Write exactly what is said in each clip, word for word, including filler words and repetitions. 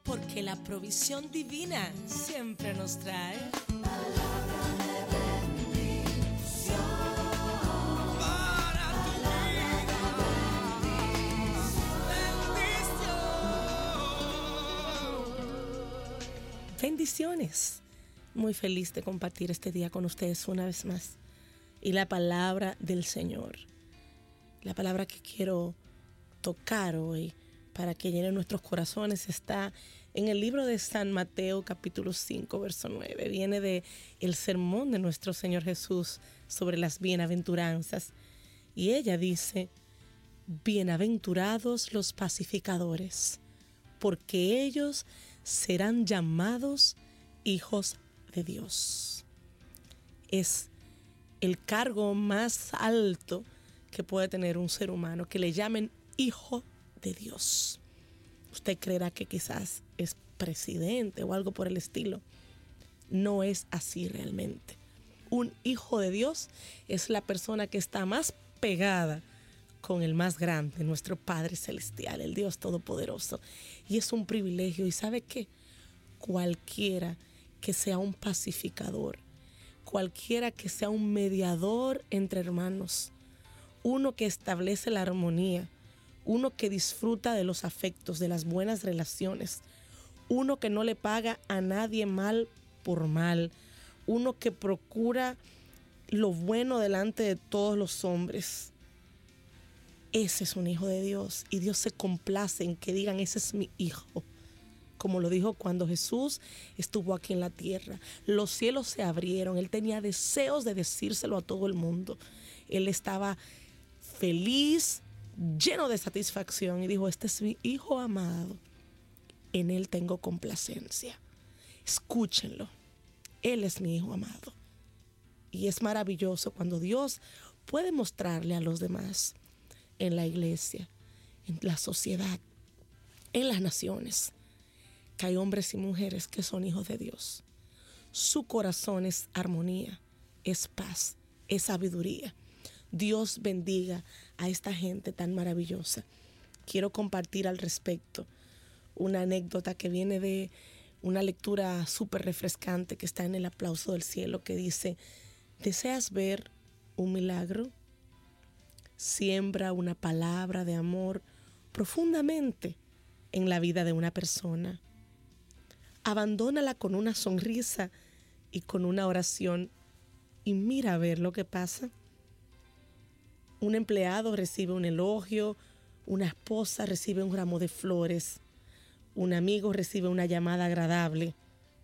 porque la provisión divina siempre nos trae palabra de bendición para tu vida. bendición. Bendiciones. Muy feliz de compartir este día con ustedes una vez más. Y la palabra del Señor. La palabra que quiero tocar hoy para que llene nuestros corazones está en el libro de San Mateo capítulo cinco verso nueve. Viene de el sermón de nuestro Señor Jesús sobre las bienaventuranzas. Y ella dice: bienaventurados los pacificadores, porque ellos serán llamados hijos de Dios. Es el cargo más alto que puede tener un ser humano, que le llamen hijo de Dios. Usted creerá que quizás es presidente o algo por el estilo. No es así realmente. Un hijo de Dios es la persona que está más pegada con el más grande, nuestro Padre Celestial, el Dios Todopoderoso. Y es un privilegio. ¿Y sabe qué? Cualquiera que sea un pacificador, cualquiera que sea un mediador entre hermanos, uno que establece la armonía, uno que disfruta de los afectos, de las buenas relaciones, uno que no le paga a nadie mal por mal, uno que procura lo bueno delante de todos los hombres. Ese es un hijo de Dios, y Dios se complace en que digan: ese es mi hijo. Como lo dijo cuando Jesús estuvo aquí en la tierra. Los cielos se abrieron, Él tenía deseos de decírselo a todo el mundo. Él estaba feliz, lleno de satisfacción, y dijo: este es mi hijo amado, en Él tengo complacencia. Escúchenlo, Él es mi hijo amado. Y es maravilloso cuando Dios puede mostrarle a los demás, en la iglesia, en la sociedad, en las naciones, que hay hombres y mujeres que son hijos de Dios. Su corazón es armonía, es paz, es sabiduría. Dios bendiga a esta gente tan maravillosa. Quiero compartir al respecto una anécdota que viene de una lectura súper refrescante que está en el Aplauso del Cielo, que dice: ¿deseas ver un milagro? Siembra una palabra de amor profundamente en la vida de una persona. Abandónala con una sonrisa y con una oración, y mira a ver lo que pasa. Un empleado recibe un elogio, una esposa recibe un ramo de flores, un amigo recibe una llamada agradable,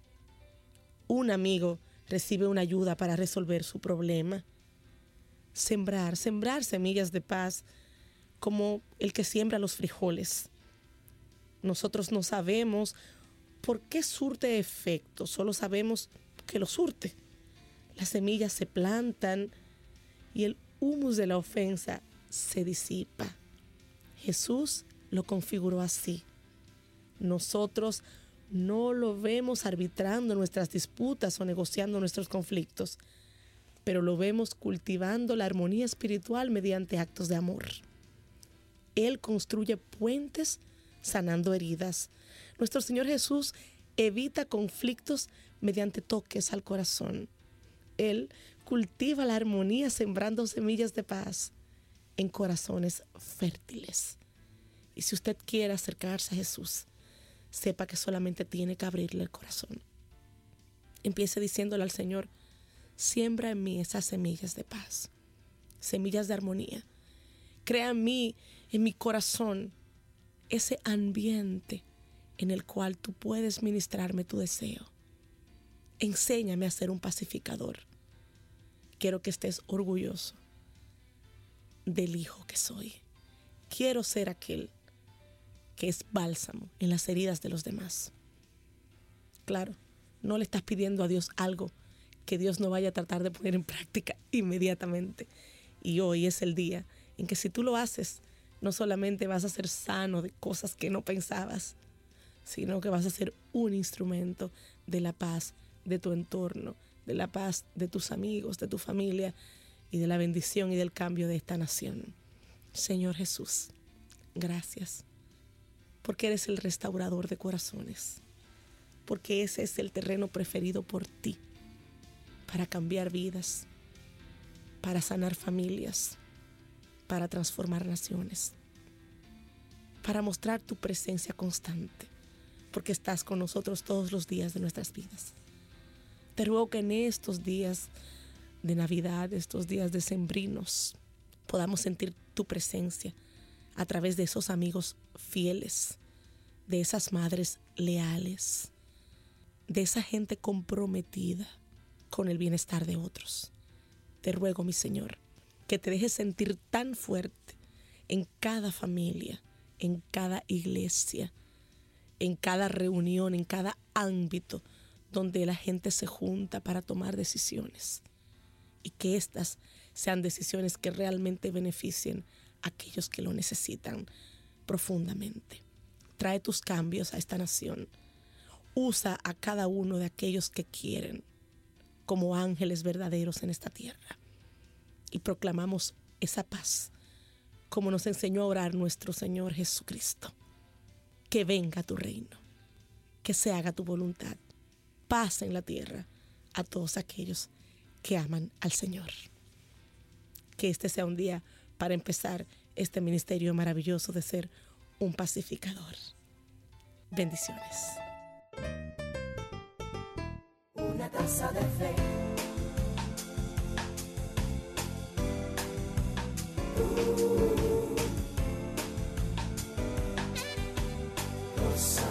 un amigo recibe una ayuda para resolver su problema. Sembrar, sembrar semillas de paz como el que siembra los frijoles. Nosotros no sabemos por qué surte efecto, solo sabemos que lo surte. Las semillas se plantan y el humus de la ofensa se disipa. Jesús lo configuró así. Nosotros no lo vemos arbitrando nuestras disputas o negociando nuestros conflictos, pero lo vemos cultivando la armonía espiritual mediante actos de amor. Él construye puentes sanando heridas. Nuestro Señor Jesús evita conflictos mediante toques al corazón. Él cultiva la armonía sembrando semillas de paz en corazones fértiles. Y si usted quiere acercarse a Jesús, sepa que solamente tiene que abrirle el corazón. Empiece diciéndole al Señor: siembra en mí esas semillas de paz, semillas de armonía. Crea en mí, en mi corazón, ese ambiente en el cual tú puedes ministrarme tu deseo. Enséñame a ser un pacificador. Quiero que estés orgulloso del hijo que soy. Quiero ser aquel que es bálsamo en las heridas de los demás. Claro, no le estás pidiendo a Dios algo que Dios no vaya a tratar de poner en práctica inmediatamente. Y hoy es el día en que si tú lo haces, no solamente vas a ser sano de cosas que no pensabas, sino que vas a ser un instrumento de la paz de tu entorno, de la paz de tus amigos, de tu familia y de la bendición y del cambio de esta nación. Señor Jesús, gracias. porque eres el restaurador de corazones, porque ese es el terreno preferido por ti, para cambiar vidas, para sanar familias, para transformar naciones, para mostrar tu presencia constante, porque estás con nosotros todos los días de nuestras vidas. Te ruego que en estos días de Navidad, estos días decembrinos, podamos sentir tu presencia a través de esos amigos fieles, de esas madres leales, de esa gente comprometida con el bienestar de otros. Te ruego, mi Señor, que te dejes sentir tan fuerte en cada familia, en cada iglesia, en cada reunión, en cada ámbito donde la gente se junta para tomar decisiones, y que estas sean decisiones que realmente beneficien a aquellos que lo necesitan profundamente. Trae tus cambios a esta nación. Usa a cada uno de aquellos que quieren como ángeles verdaderos en esta tierra. Y proclamamos esa paz, como nos enseñó a orar nuestro Señor Jesucristo. Que venga tu reino, que se haga tu voluntad. Paz en la tierra a todos aquellos que aman al Señor. Que este sea un día para empezar este ministerio maravilloso de ser un pacificador. Bendiciones. Una taza de fe. Uh, Rosa.